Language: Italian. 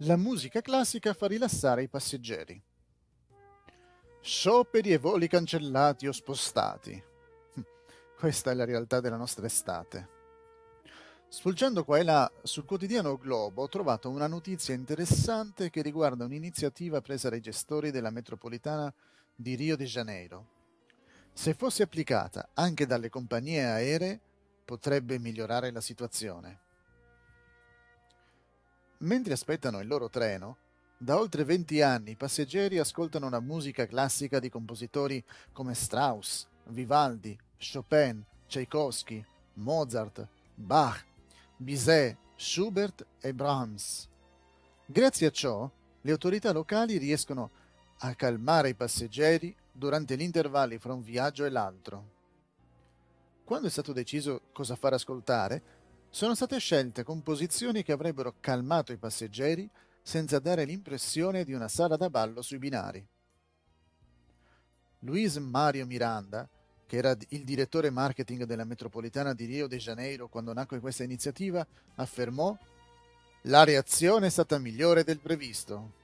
La musica classica fa rilassare i passeggeri. Scioperi e voli cancellati o spostati. Questa è la realtà della nostra estate. Sfulgendo qua e là sul quotidiano Globo ho trovato una notizia interessante che riguarda un'iniziativa presa dai gestori della metropolitana di Rio de Janeiro. Se fosse applicata anche dalle compagnie aeree, potrebbe migliorare la situazione. Mentre aspettano il loro treno, da oltre 20 anni i passeggeri ascoltano la musica classica di compositori come Strauss, Vivaldi, Chopin, Tchaikovsky, Mozart, Bach, Bizet, Schubert e Brahms. Grazie a ciò, le autorità locali riescono a calmare i passeggeri durante gli intervalli fra un viaggio e l'altro. Quando è stato deciso cosa far ascoltare, sono state scelte composizioni che avrebbero calmato i passeggeri senza dare l'impressione di una sala da ballo sui binari. Luis Mario Miranda, che era il direttore marketing della metropolitana di Rio de Janeiro quando nacque questa iniziativa, affermò: «La reazione è stata migliore del previsto».